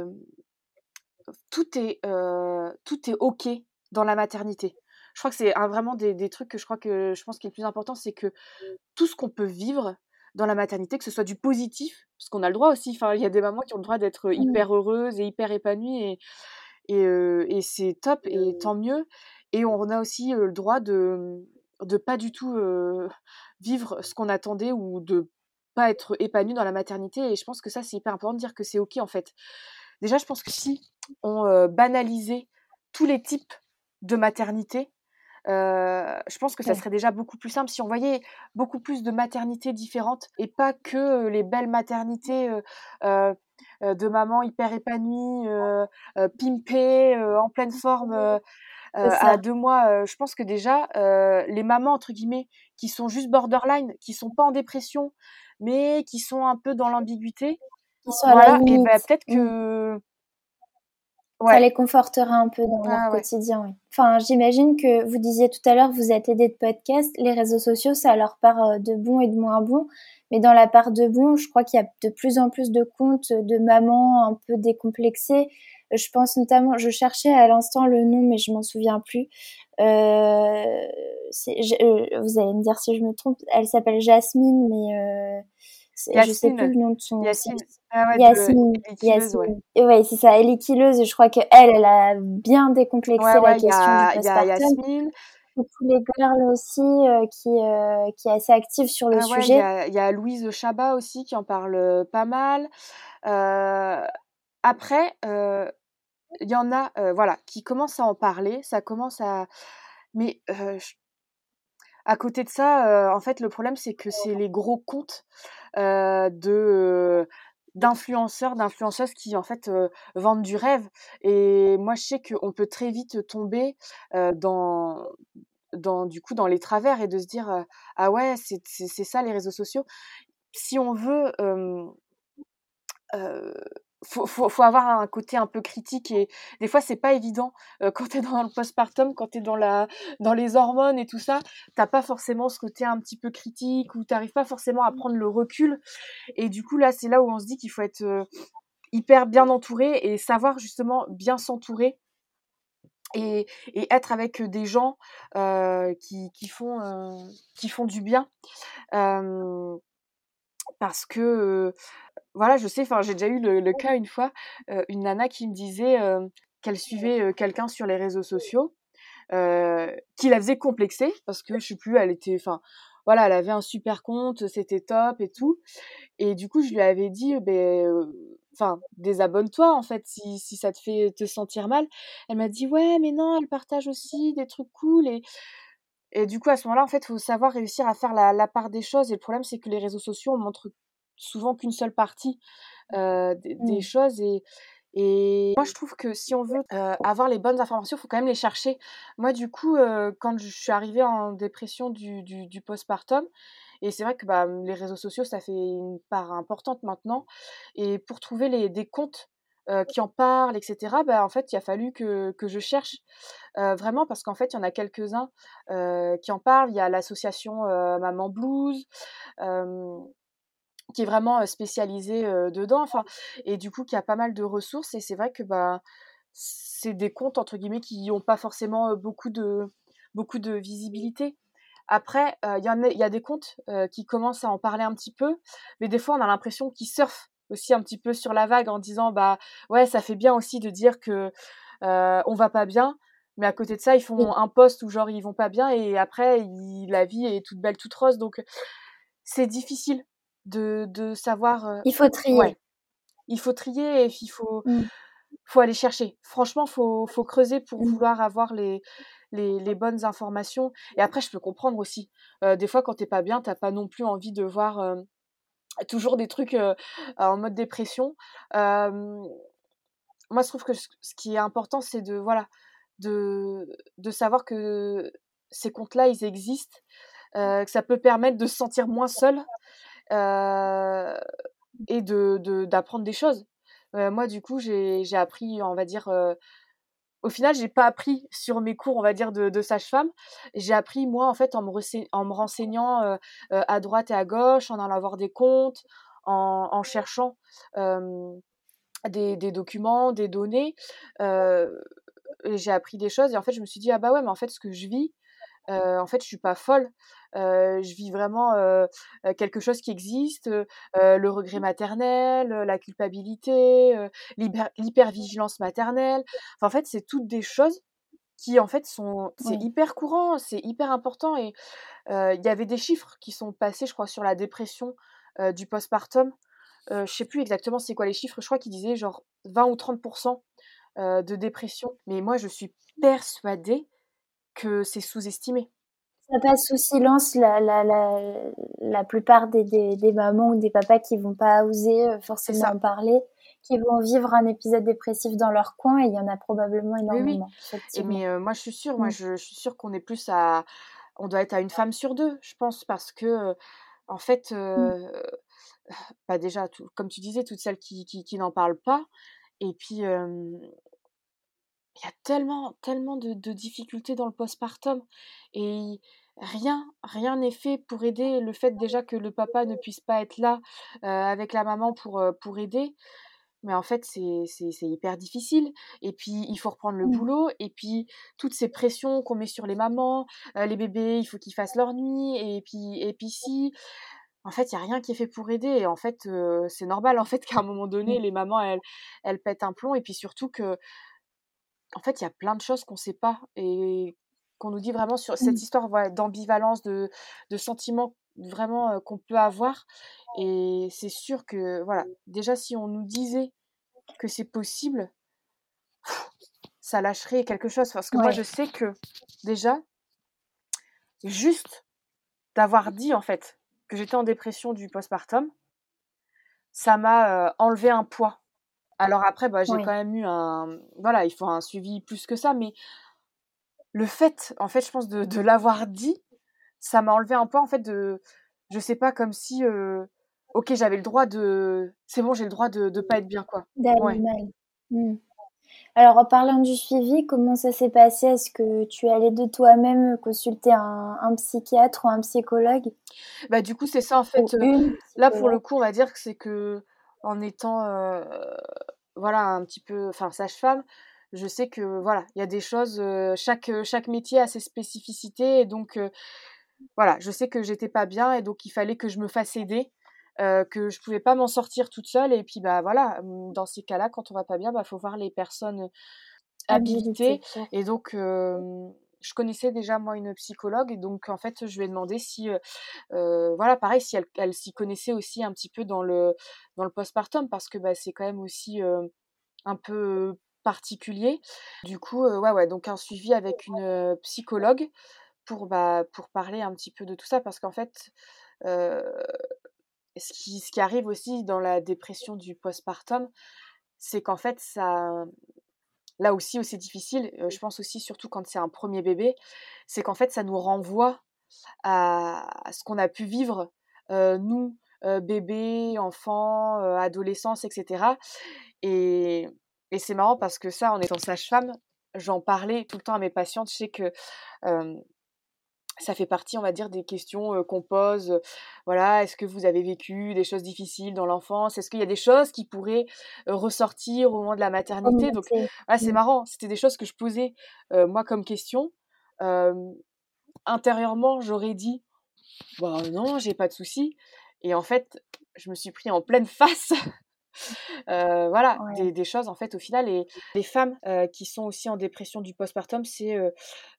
tout est euh, tout est ok dans la maternité. Je crois que c'est un, vraiment des, des trucs que je crois que je pense qui est le plus important, c'est que tout ce qu'on peut vivre dans la maternité, que ce soit du positif, parce qu'on a le droit aussi. Enfin, il y a des mamans qui ont le droit d'être hyper heureuses et hyper épanouies, et et, euh, et c'est top et tant mieux. Et on a aussi euh, le droit de de pas du tout euh, vivre ce qu'on attendait, ou de pas être épanoui dans la maternité. Et je pense que ça, c'est hyper important de dire que c'est ok, en fait. Déjà, je pense que si on euh, banalisait tous les types de maternité, euh, je pense que ça serait déjà beaucoup plus simple si on voyait beaucoup plus de maternités différentes, et pas que les belles maternités euh, euh, de mamans hyper épanouies, euh, euh, pimpées, euh, en pleine forme, euh, Euh, à deux mois. Euh, je pense que déjà, euh, les mamans, entre guillemets, qui sont juste borderline, qui sont pas en dépression, mais qui sont un peu dans l'ambiguïté, qui sont voilà, à la limite. Et ben, peut-être que... Mmh. Ouais. Ça les confortera un peu dans ah, leur ouais. quotidien, oui. Enfin, j'imagine que vous disiez tout à l'heure, vous êtes aidé de podcasts, les réseaux sociaux, ça a leur part de bon et de moins bon, mais dans la part de bon, je crois qu'il y a de plus en plus de comptes de mamans un peu décomplexées. Je pense notamment, je cherchais à l'instant le nom, mais je m'en souviens plus. Euh, c'est, je, euh, vous allez me dire si je me trompe. Elle s'appelle Jasmine, mais euh, c'est je sais plus Yasmine. le nom de son Yasmine. c'est Ah ouais, de Yasmine, Éliquileuse, ouais. Yasmine. Et ouais, c'est ça, Elle est kileuse. Je crois qu'elle, elle a bien Ouais, décomplexé la ouais, il y question du a il y a postpartum. Yasmine. Beaucoup les girls aussi, heu, qui, heu, qui est assez active sur le Ah ouais, il y sujet. a il y a Louise Chabat aussi qui en parle, heu, pas mal. Heu, après, heu, il y en a, heu, voilà, qui commencent à en parler, ça commence à mais heu, j à côté de ça, heu, en fait, le problème, c'est que c'est les gros comptes, heu, de, heu, d'influenceurs, d'influenceuses qui, en fait, heu, vendent du rêve et moi, je sais qu'on peut très vite tomber, heu, dans dans du coup, dans les travers et de se dire, heu: «Ah ouais, c'est c'est c'est ça les réseaux sociaux». Si on veut, hem, heu, faut faut faut avoir un côté un peu critique et des fois, c'est pas évident, heu, quand tu es dans le postpartum, quand tu es dans la dans les hormones et tout ça, tu as pas forcément ce côté un petit peu critique ou tu arrives pas forcément à prendre le recul et du coup, là, c'est là où on se dit qu'il faut être, heu, hyper bien entouré et savoir justement bien s'entourer et et être avec, des gens, heu, qui qui font, heu, qui font du bien. Hem, parce que, heu, voilà, je sais, enfin, j'ai déjà eu le le cas une fois, heu, une nana qui me disait, heu, qu'elle suivait, heu, quelqu'un sur les réseaux sociaux, heu, qui la faisait complexer parce que je sais plus, elle était enfin, voilà, elle avait un super compte, c'était top et tout et du coup, je lui avais dit: «Beh, heu, enfin, désabonne-toi, en fait, si si ça te fait te sentir mal». Elle m'a dit: «Ouais, mais non, elle partage aussi des trucs cool» et et du coup, à ce moment-là, en fait, il faut savoir réussir à faire la la part des choses et le problème, c'est que les réseaux sociaux, on montre souvent qu'une seule partie, heu, des des Mmh. choses et et moi, je trouve que si on veut, heu, avoir les bonnes informations, il faut quand même les chercher. Moi, du coup, heu, quand je suis arrivée en dépression du du du postpartum et c'est vrai que, bah, mmh, les réseaux sociaux, ça fait une part importante maintenant et pour trouver les des comptes, heu, qui en parlent et cetera, bah, en fait, il a fallu que que je cherche, heu, vraiment parce qu'en fait, il y en a quelques-uns, heu, qui en parlent. Il y a l'association, heu, Maman Blues, hem, qui est vraiment, heu, spécialisée, heu, dedans, enfin et du coup, qui a pas mal de ressources et c'est vrai que, bah, c'est des comptes entre guillemets qui ont pas forcément, heu, beaucoup de beaucoup de visibilité. Après, heu, il y en a il y a des comptes, heu, qui commencent à en parler un petit peu, mais des fois, on a l'impression qu'ils surfent aussi un petit peu sur la vague en disant: «Bah, ouais, ça fait bien aussi de dire que, heu, on va pas bien», mais à côté de ça, ils Oui, font un post où genre ils vont pas bien et après ils la vie est toute belle, toute rose donc c'est difficile de de savoir, heu il faut trier. ouais, il faut trier et il faut Mmh. faut aller chercher. Franchement, faut faut creuser pour Mmh. vouloir avoir les les les bonnes informations et après je peux comprendre aussi, heu, des fois quand tu es pas bien, tu as pas non plus envie de voir, hem, toujours des trucs, heu, en mode dépression. Hem, moi je trouve que ce ce qui est important, c'est de voilà, de de savoir que ces comptes-là, ils existent, heu, que ça peut permettre de se sentir moins seul, heu et de de d'apprendre des choses. Heu, moi du coup, j'ai j'ai appris, on va dire, heu au final, j'ai pas appris sur mes cours, on va dire, de de sage-femme. J'ai appris moi, en fait, en me rensei en me renseignant, heu heu, à droite et à gauche, en allant voir des comptes, en en cherchant, hem, des des documents, des données, heu et j'ai appris des choses et en fait, je me suis dit: «Ah bah ouais, mais en fait, ce que je vis, Heu, en fait, je suis pas folle. Heu, je vis vraiment, heu heu, quelque chose qui existe, heu heu, le regret maternel, heu, la culpabilité, heu, l'hyper l'hypervigilance maternelle. Enfin, en fait, c'est toutes des choses qui, en fait, sont c'est Oui. hyper courant, c'est hyper important et heu, il y avait des chiffres qui sont passés, je crois, sur la dépression, heu, du postpartum. Heu, je sais plus exactement c'est quoi les chiffres, je crois qu'ils disaient genre vingt ou trente heu, de dépression. Mais moi, je suis persuadée que c'est sous-estimé. Ça passe sous silence la la la la plupart des des des mamans ou des papas qui vont pas oser, heu, C'est forcément en ça. parler, qui vont vivre un épisode dépressif dans leur coin et il y en a probablement Oui, oui énormément, et effectivement. mais heu, moi je suis sûre, moi Mmh. je je suis sûre qu'on est plus à on doit être à une femme sur deux, je pense parce que, heu, en fait, Mmh. heu, bah, déjà tout comme tu disais, toutes celles qui qui qui n'en parlent pas et puis, hem, il y a tellement tellement de de difficultés dans le postpartum et rien rien n'est fait pour aider. Le fait déjà que le papa ne puisse pas être là, heu, avec la maman pour, heu, pour aider, mais en fait, c'est c'est c'est hyper difficile et puis il faut reprendre le Mmh. boulot et puis toutes ces pressions qu'on met sur les mamans, heu, les bébés, il faut qu'ils fassent leur nuit et puis et puis si. en fait, il y a rien qui est fait pour aider et en fait, heu, c'est normal, en fait, qu'à un moment donné, les mamans, elles elles pètent un plomb et puis surtout que, en fait, il y a plein de choses qu'on sait pas et qu'on nous dit vraiment sur cette Mmh. histoire, voilà, d'ambivalence, de de sentiments vraiment, heu, qu'on peut avoir et c'est sûr que, voilà, déjà si on nous disait que c'est possible, ça lâcherait quelque chose parce que moi, je Ouais, sais que, déjà, juste d'avoir dit, en fait, que j'étais en dépression du postpartum, ça m'a, heu, enlevé un poids. Alors après, bah, j'ai ouais. quand même eu un voilà, il faut un suivi plus que ça, mais le fait, en fait, je pense de de l'avoir dit, ça m'a enlevé un poids, en fait, de je sais pas, comme si, heu, OK, j'avais le droit de c'est bon, j'ai le droit de de pas être bien, quoi. D'aller Ouais. mal. Mmh. Alors en parlant du suivi, comment ça s'est passé? Est-ce que tu es allée de toi-même consulter un un psychiatre ou un psychologue? Bah, du coup, c'est ça, en Ou fait, heu, une là, pour le psychologue? coup, on va dire que c'est qu'en étant, heu, voilà, un petit peu enfin, sage-femme, je sais que, voilà, il y a des choses, heu, chaque, heu, chaque métier a ses spécificités et donc heu, voilà, je sais que j'étais pas bien et donc il fallait que je me fasse aider, heu, que je pouvais pas m'en sortir toute seule et puis, bah, voilà, mmh, dans ces cas-là, quand on va pas bien, bah, faut voir les personnes habilitées Habilité pour. et donc hem, je connaissais déjà, moi, une psychologue et donc en fait, je lui ai demandé si, heu heu, voilà, pareil, si elle elle s'y connaissait aussi un petit peu dans le dans le postpartum parce que, bah, c'est quand même aussi, heu, un peu particulier. Du coup, heu, ouais, ouais, donc un suivi avec une, heu, psychologue pour, bah, pour parler un petit peu de tout ça parce qu'en fait, heu, ce qui ce qui arrive aussi dans la dépression du postpartum, c'est qu'en fait ça là aussi où c'est difficile, heu, je pense aussi surtout quand c'est un premier bébé, c'est qu'en fait ça nous renvoie à à ce qu'on a pu vivre, heu, nous, heu, bébés, enfants, heu, adolescence et cetera et et c'est marrant parce que ça, en étant sage-femme, j'en parlais tout le temps à mes patientes. Je sais que, hem ça fait partie, on va dire, des questions, heu, qu'on pose, heu, voilà: «Est-ce que vous avez vécu des choses difficiles dans l'enfance? Est-ce qu'il y a des choses qui pourraient, heu, ressortir au moment de la maternité?» donc Remonter. voilà, c'est Mmh. marrant, c'était des choses que je posais, heu, moi comme question. Hem, intérieurement, j'aurais dit: «Bah, non, j'ai pas de soucis» et en fait, je me suis pris en pleine face, heu, voilà, Ouais. des des choses, en fait, au final et les femmes, heu, qui sont aussi en dépression du postpartum, c'est, heu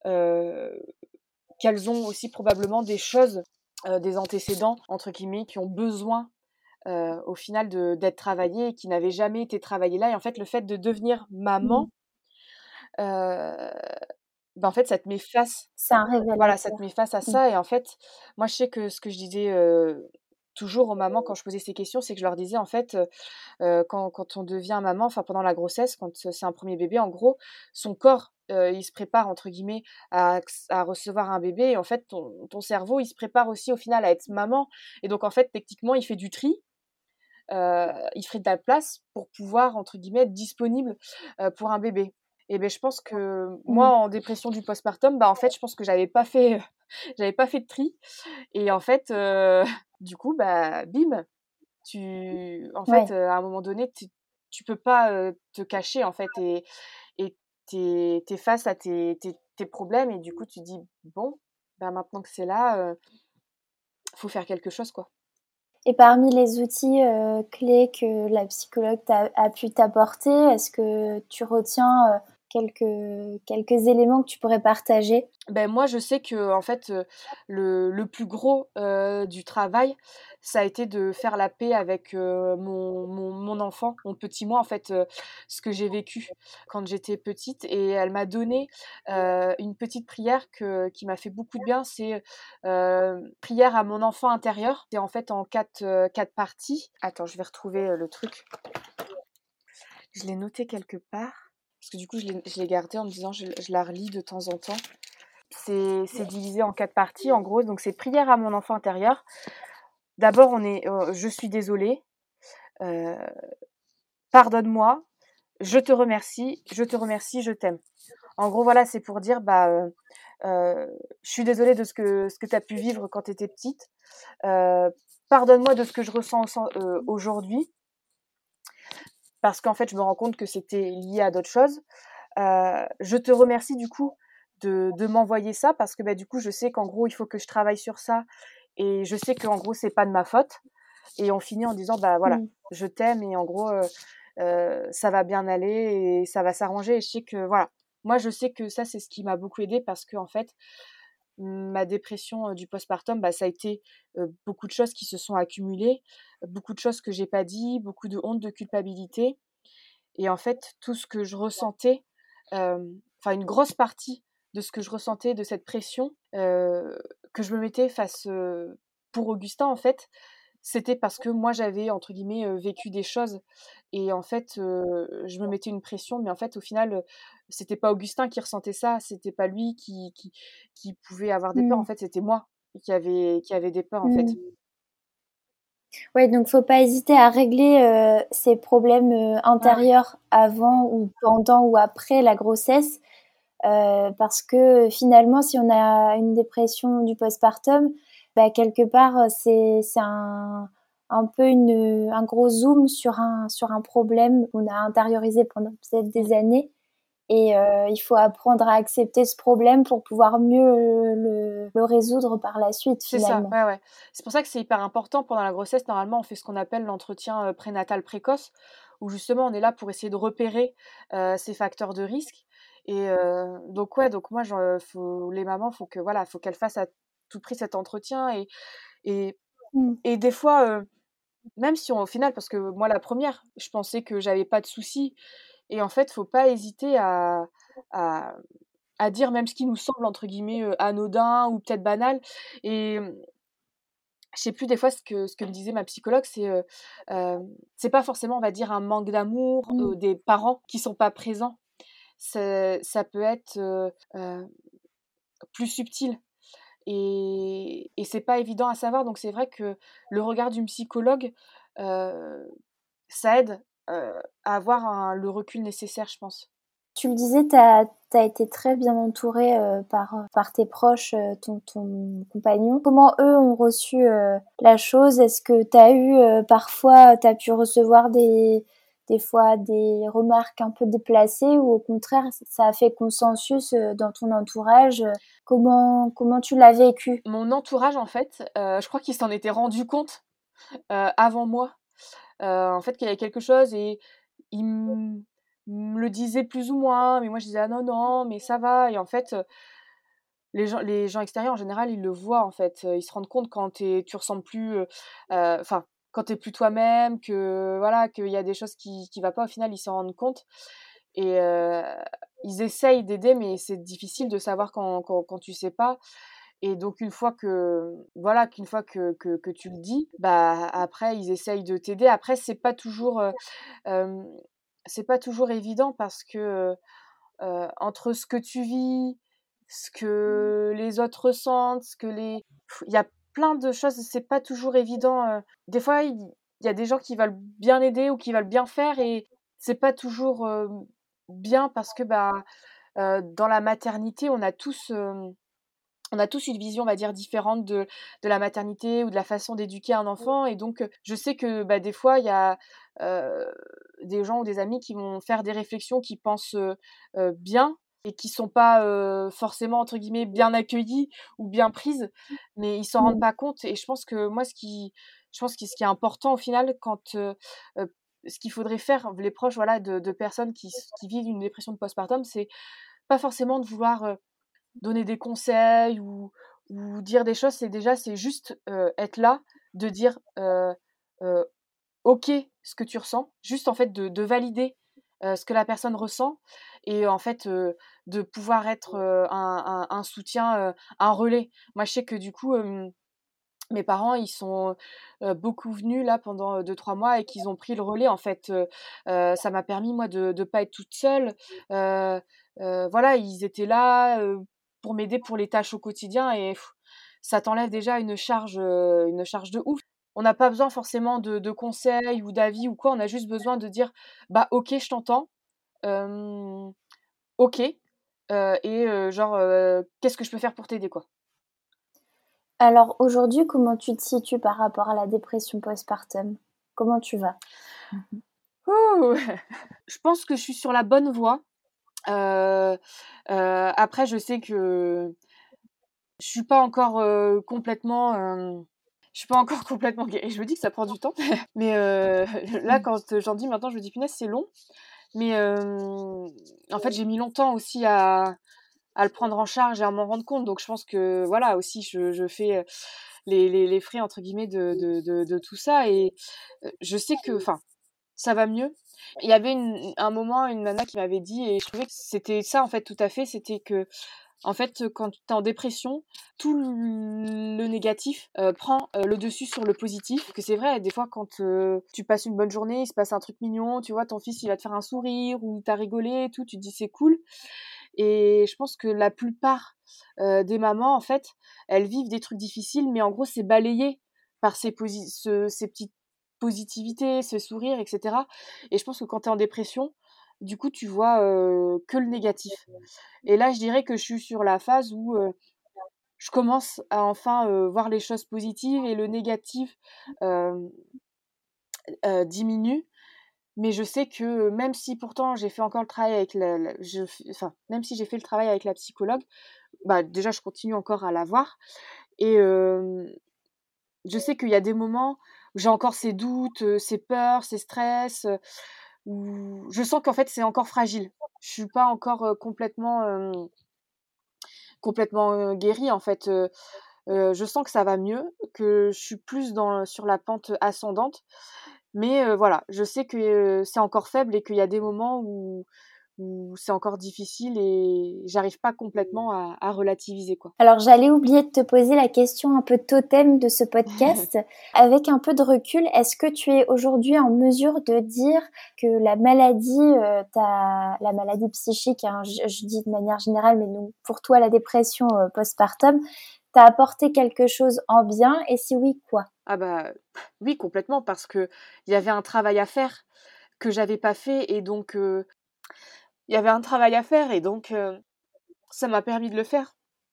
heu qu'elles ont aussi probablement des choses, heu, des «antécédents» entre guillemets qui ont besoin, heu, au final de d'être travaillés et qui n'avaient jamais été travaillés là et en fait le fait de devenir Mmh. maman, heu, bah, en fait ça te met face C'est un voilà, ça te révélateur. met face à Mmh. ça et en fait, moi je sais que ce que je disais, heu, toujours aux mamans quand je posais ces questions, c'est que je leur disais en fait, heu heu, quand quand on devient maman, enfin pendant la grossesse, quand, heu, c'est un premier bébé, en gros, son corps, heu, il se prépare entre guillemets à acc à recevoir un bébé et en fait ton ton cerveau, il se prépare aussi au final à être maman et donc en fait techniquement, il fait du tri, heu, il ferait de la place pour pouvoir entre guillemets «être disponible», heu, pour un bébé et beh, je pense que moi Mmh. en dépression du postpartum, bah, en fait, je pense que j'avais pas fait, j'avais pas fait de tri et en fait, heu, du coup, bah, bim, tu en fait, Ouais. heu, à un moment donné, tu tu peux pas, heu, te cacher, en fait et et tu es tu es face à tes tes tes problèmes et du coup, tu dis: «Bon, bah, maintenant que c'est là, heu, faut faire quelque chose, quoi». Et parmi les outils, heu, clés que la psychologue t'a a pu t'apporter, est-ce que tu retiens, heu, quelques quelques éléments que tu pourrais partager? Beh, moi, je sais qu'en fait, heu, le le plus gros, heu, du travail, ça a été de faire la paix avec, heu, mon mon mon enfant, mon petit moi, en fait, heu, ce que j'ai vécu quand j'étais petite et elle m'a donné, heu, une petite prière que qui m'a fait beaucoup de bien. C'est, heu, prière à mon enfant intérieur. C'est en fait en quatre heu, quatre parties. Attends, je vais retrouver, heu, le truc. Je l'ai noté quelque part parce que du coup, je l'ai je l'ai gardé en me disant: «Je je la relis de temps en temps». C'est c'est divisé en quatre parties, en gros, donc c'est prière à mon enfant intérieur. D'abord, on est, heu, je suis désolée, heu, pardonne-moi, je te remercie, je te remercie, je t'aime. En gros, voilà, c'est pour dire, bah, heu heu, je suis désolée de ce que ce que tu as pu vivre quand tu étais petite, heu, pardonne-moi de ce que je ressens aussen heu, aujourd'hui parce qu'en fait, je me rends compte que c'était lié à d'autres choses. Heu, je te remercie du coup de de m'envoyer ça parce que, bah, du coup, je sais qu'en gros, il faut que je travaille sur ça et je sais qu'en gros, c'est pas de ma faute. Et on finit en disant, bah voilà, Mmh. je t'aime et en gros, euh, euh, ça va bien aller et ça va s'arranger. Et je sais que, voilà, moi, je sais que ça, c'est ce qui m'a beaucoup aidée parce que, en fait, ma dépression euh, du postpartum, bah, ça a été euh, beaucoup de choses qui se sont accumulées, beaucoup de choses que j'ai pas dit, beaucoup de honte, de culpabilité. Et en fait, tout ce que je ressentais, euh, enfin, une grosse partie de ce que je ressentais, de cette pression euh, que je me mettais face, euh, pour Augustin, en fait, c'était parce que moi, j'avais, entre guillemets, euh, vécu des choses. Et en fait, euh, je me mettais une pression, mais en fait, au final, euh, c'était pas Augustin qui ressentait ça, c'était pas lui qui, qui, qui pouvait avoir des peurs. En Mmh. fait, c'était moi qui avait, qui avait des peurs, en fait. Mmh. Ouais, donc faut pas hésiter à régler euh, ces problèmes euh, Ouais, ouais. intérieurs avant ou pendant ou après la grossesse, euh, parce que finalement, si on a une dépression du postpartum, bah, quelque part, c'est c'est un un peu une un gros zoom sur un sur un problème qu'on a intériorisé pendant peut-être Mm. des années. Et euh, il faut apprendre à accepter ce problème pour pouvoir mieux le, le résoudre par la suite, C'est ça, finalement. ouais, ouais. C'est pour ça que c'est hyper important pendant la grossesse. Normalement, on fait ce qu'on appelle l'entretien euh, prénatal précoce, où justement, on est là pour essayer de repérer euh, ces facteurs de risque. Et euh, donc, ouais, donc moi, genre, faut, les mamans, faut que, voilà, faut qu'elles fassent à tout prix cet entretien. Et, et, Mm. et des fois, euh, même si on, au final, parce que moi, la première, je pensais que j'avais pas de soucis. Et en fait, faut pas hésiter à, à, à dire même ce qui nous semble, entre guillemets, euh, anodin ou peut-être banal. Et je sais plus des fois ce que ce que me disait ma psychologue, c'est euh, euh, c'est pas forcément, on va dire, un manque d'amour Mm. euh, des parents qui sont pas présents. Ça, ça peut être euh, euh, plus subtil et, et c'est pas évident à savoir. Donc c'est vrai que le regard d'une psychologue, euh, ça aide euh, à avoir un- le recul nécessaire, je pense. Tu le disais, tu as été très bien entourée euh, par, par tes proches, euh, ton, ton compagnon. Comment eux ont reçu euh, la chose? Est-ce que tu as eu euh, parfois, tu as pu recevoir des, des fois des remarques un peu déplacées ou au contraire, ça a fait consensus euh, dans ton entourage? Comment, comment tu l'as vécu? Mon entourage, en fait, euh, je crois qu'il s'en était rendu compte euh, avant moi, euh, en fait, qu'il y avait quelque chose et il m- me le disait plus ou moins, mais moi je disais ah non, non, mais ça va. Et en fait, euh, les gens, les gens extérieurs en général, ils le voient en fait. Euh, Ils se rendent compte quand t'es, tu ressembles plus, euh, euh, enfin, quand t'es plus toi-même, que voilà, qu'il y a des choses qui, qui va pas. Au final, ils s'en rendent compte et euh, ils essayent d'aider, mais c'est difficile de savoir quand, quand, quand tu sais pas. Et donc une fois que voilà, qu'une fois que, que, que tu le dis, bah après ils essayent de t'aider. Après c'est pas toujours euh, euh, c'est pas toujours évident parce que euh, entre ce que tu vis, ce que les autres ressentent, ce que les il y a plein de choses, c'est pas toujours évident. euh. Des fois il il y a des gens qui veulent bien aider ou qui veulent bien faire et c'est pas toujours euh, bien parce que bah euh, dans la maternité on a tous euh, on a tous une vision, on va dire, différente de, de la maternité ou de la façon d'éduquer un enfant. Et donc, euh, je sais que bah, des fois, il y a euh, des gens ou des amis qui vont faire des réflexions qui pensent euh, euh, bien et qui sont pas euh, forcément, entre guillemets, bien accueillies ou bien prises, mais ils s'en rendent Mm. pas compte. Et je pense que moi, ce qui, je pense que ce qui est important au final, quand euh, euh, ce qu'il faudrait faire, les proches voilà, de, de personnes qui, qui vivent une dépression de postpartum, c'est pas forcément de vouloir euh, donner des conseils ou, ou dire des choses, c'est déjà, c'est juste euh, être là, de dire euh, euh, ok ce que tu ressens, juste en fait de, de valider euh, ce que la personne ressent et en fait euh, de pouvoir être euh, un, un, un soutien, euh, un relais. Moi je sais que du coup euh, mes parents ils sont euh, beaucoup venus là pendant deux trois mois et qu'ils ont pris le relais en fait. Euh, euh, ça m'a permis moi de ne pas être toute seule. Euh, euh, voilà, ils étaient là euh, pour m'aider pour les tâches au quotidien et pff, ça t'enlève déjà une charge, euh, une charge de ouf. On n'a pas besoin forcément de, de conseils ou d'avis ou quoi, on a juste besoin de dire bah ok je t'entends, euh, ok euh, et euh, genre euh, qu'est-ce que je peux faire pour t'aider quoi. Alors aujourd'hui, comment tu te situes par rapport à la dépression postpartum? Comment tu vas? Ouh je pense que je suis sur la bonne voie. Euh, euh, après, je sais que Je suis pas encore euh, complètement... Euh... Je suis pas encore complètement guérie. Je me dis que ça prend du temps. Mais euh, là, quand j'en dis maintenant, je me dis, punaise, c'est long. Mais euh, en fait, j'ai mis longtemps aussi à, à le prendre en charge et à m'en rendre compte. Donc, je pense que, voilà, aussi, je, je fais les, les, les frais, entre guillemets, de, de, de, de tout ça. Et je sais que, enfin, ça va mieux. Il y avait une, un moment, une nana qui m'avait dit, et je trouvais que c'était ça, en fait, tout à fait, c'était que, en fait, quand tu es en dépression, tout le négatif euh, prend euh, le dessus sur le positif. Que c'est vrai, des fois, quand euh, tu passes une bonne journée, il se passe un truc mignon, tu vois, ton fils, il va te faire un sourire, ou t'as rigolé et tout, tu te dis c'est cool. Et je pense que la plupart euh, des mamans, en fait, elles vivent des trucs difficiles, mais en gros, c'est balayé par ces, posi- ce, ces petites positivités, ce sourire, et cetera. Et je pense que quand tu es en dépression, du coup, tu vois euh, que le négatif. Et là, je dirais que je suis sur la phase où euh, je commence à enfin euh, voir les choses positives et le négatif euh, euh, diminue. Mais je sais que même si pourtant j'ai fait encore le travail avec la, la je, enfin, même si j'ai fait le travail avec la psychologue, bah déjà je continue encore à la voir. Et euh, je sais qu'il y a des moments où j'ai encore ces doutes, ces peurs, ces stress, où je sens qu'en fait c'est encore fragile. Je suis pas encore euh, complètement euh, complètement euh, guérie en fait. Euh, euh, je sens que ça va mieux, que je suis plus dans sur la pente ascendante. Mais euh, voilà, je sais que euh, c'est encore faible et qu'il y a des moments où, où c'est encore difficile et j'arrive pas complètement à, à relativiser, quoi. Alors, j'allais oublier de te poser la question un peu totem de ce podcast. Avec un peu de recul, est-ce que tu es aujourd'hui en mesure de dire que la maladie, euh, ta, la maladie psychique, hein, je, je dis de manière générale, mais donc pour toi, la dépression euh, postpartum, t'a apporté quelque chose en bien, et si oui, quoi? Ah bah oui, complètement, parce que il y avait un travail à faire que j'avais pas fait et donc euh, il y avait un travail à faire et donc euh, ça m'a permis de le faire.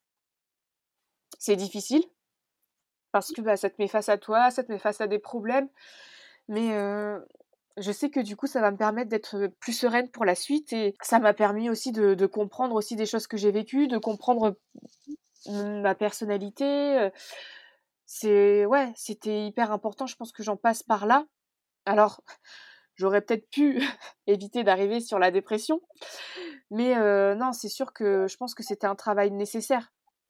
C'est difficile parce que bah, ça te met face à toi, ça te met face à des problèmes, mais euh, je sais que du coup ça va me permettre d'être plus sereine pour la suite et ça m'a permis aussi de, de comprendre aussi des choses que j'ai vécues, de comprendre ma personnalité. C'est ouais, c'était hyper important, je pense que j'en passe par là. Alors, j'aurais peut-être pu éviter d'arriver sur la dépression, mais euh, non, c'est sûr que je pense que c'était un travail nécessaire.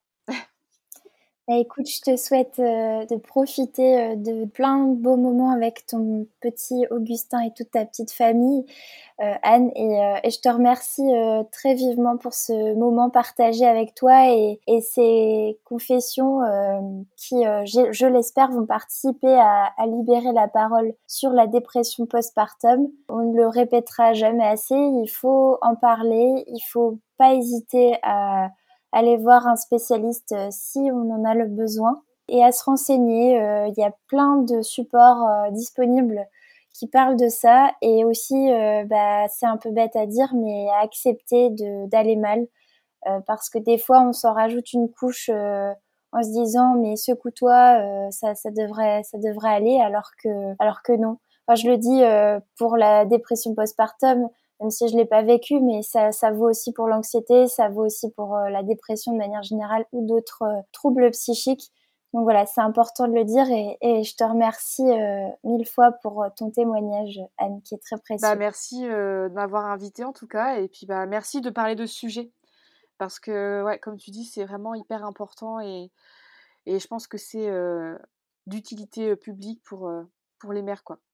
Bah, écoute, je te souhaite euh, de profiter euh, de plein de beaux moments avec ton petit Augustin et toute ta petite famille, euh, Anne, et, euh, et je te remercie euh, très vivement pour ce moment partagé avec toi et, et ces confessions euh, qui, euh, je l'espère, vont participer à, à libérer la parole sur la dépression postpartum. On ne le répétera jamais assez, il faut en parler, il faut pas hésiter à aller voir un spécialiste euh, si on en a le besoin et à se renseigner. Euh, il y a plein de supports euh, disponibles qui parlent de ça et aussi, euh, bah, c'est un peu bête à dire, mais à accepter de, d'aller mal euh, parce que des fois, on s'en rajoute une couche euh, en se disant mais secoue-toi, euh, ça, ça devrait, ça devrait aller alors que, alors que non. Enfin, je le dis euh, pour la dépression postpartum, même si je l'ai pas vécu, mais ça, ça vaut aussi pour l'anxiété, ça vaut aussi pour euh, la dépression de manière générale ou d'autres euh, troubles psychiques. Donc voilà, c'est important de le dire et, et je te remercie euh, mille fois pour euh, ton témoignage, Anne, qui est très précieux. Bah, merci euh, de m'avoir invitée en tout cas, et puis bah, merci de parler de ce sujet, parce que ouais, comme tu dis, c'est vraiment hyper important et, et je pense que c'est euh, d'utilité publique pour, euh, pour les mères, quoi.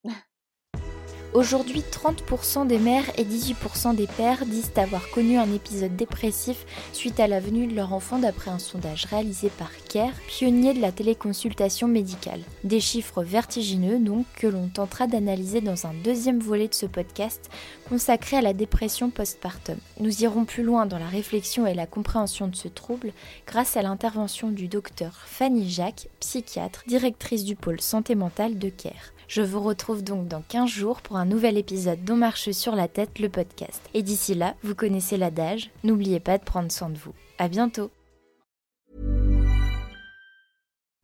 Aujourd'hui, trente pour cent des mères et dix-huit pour cent des pères disent avoir connu un épisode dépressif suite à la venue de leur enfant d'après un sondage réalisé par Care, pionnier de la téléconsultation médicale. Des chiffres vertigineux donc que l'on tentera d'analyser dans un deuxième volet de ce podcast consacré à la dépression postpartum. Nous irons plus loin dans la réflexion et la compréhension de ce trouble grâce à l'intervention du docteur Fanny Jacques, psychiatre, directrice du pôle santé mentale de Care. Je vous retrouve donc dans quinze jours pour un nouvel épisode d'On marche sur la tête, le podcast. Et d'ici là, vous connaissez l'adage, n'oubliez pas de prendre soin de vous. À bientôt.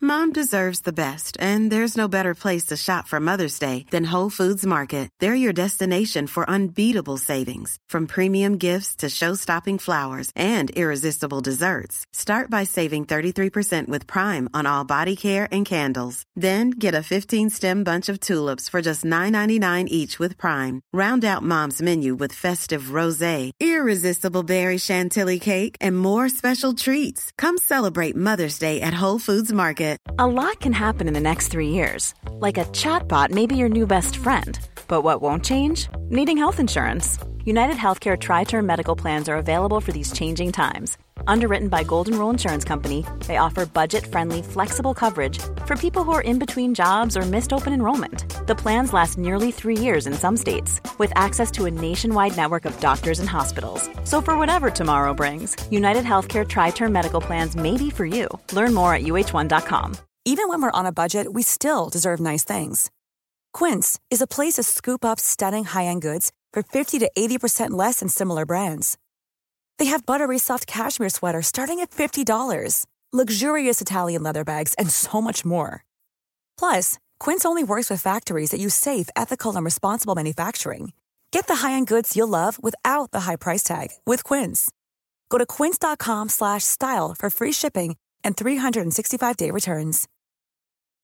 Mom deserves the best, and there's no better place to shop for Mother's Day than Whole Foods Market. They're your destination for unbeatable savings, from premium gifts to show-stopping flowers and irresistible desserts. Start by saving thirty-three percent with Prime on all body care and candles. Then get a fifteen-stem bunch of tulips for just nine ninety-nine each with Prime. Round out Mom's menu with festive rosé, irresistible berry chantilly cake, and more special treats. Come celebrate Mother's Day at Whole Foods Market. A lot can happen in the next three years. Like a chatbot may be your new best friend. But what won't change? Needing health insurance. United Healthcare Tri-Term Medical Plans are available for these changing times. Underwritten by Golden Rule Insurance Company, they offer budget-friendly, flexible coverage for people who are in between jobs or missed open enrollment. The plans last nearly three years in some states, with access to a nationwide network of doctors and hospitals. So for whatever tomorrow brings, United Healthcare Tri-Term Medical Plans may be for you. Learn more at U H one dot com. Even when we're on a budget, we still deserve nice things. Quince is a place to scoop up stunning high-end goods for fifty to eighty percent less than similar brands. They have buttery soft cashmere sweaters starting at fifty dollars, luxurious Italian leather bags, and so much more. Plus, Quince only works with factories that use safe, ethical, and responsible manufacturing. Get the high-end goods you'll love without the high price tag with Quince. Go to quince dot com slash style for free shipping and three sixty-five day returns.